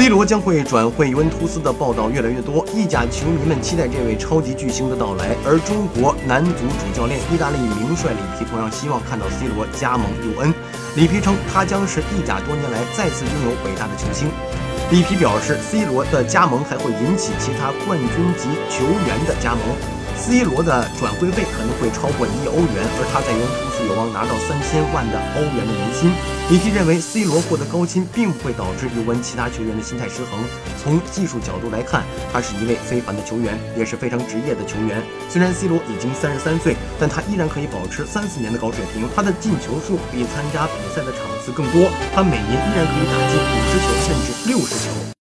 C 罗将会转会尤文图斯的报道越来越多，意甲球迷们期待这位超级巨星的到来。而中国男足主教练、意大利名帅里皮同样希望看到 C 罗加盟尤文。里皮称，他将是意甲多年来再次拥有伟大的球星。里皮表示 ，C 罗的加盟还会引起其他冠军级球员的加盟。C 罗的转会费可能会超过1亿欧元，而他在尤文图斯有望拿到3000万的欧元的年薪。里皮认为 ，C 罗获得高薪并不会导致尤文其他球员的心态失衡。从技术角度来看，他是一位非凡的球员，也是非常职业的球员。虽然 C 罗已经33岁，但他依然可以保持3、4年的高水平。他的进球数比参加比赛的场次更多，他每年依然可以打进50球甚至60球。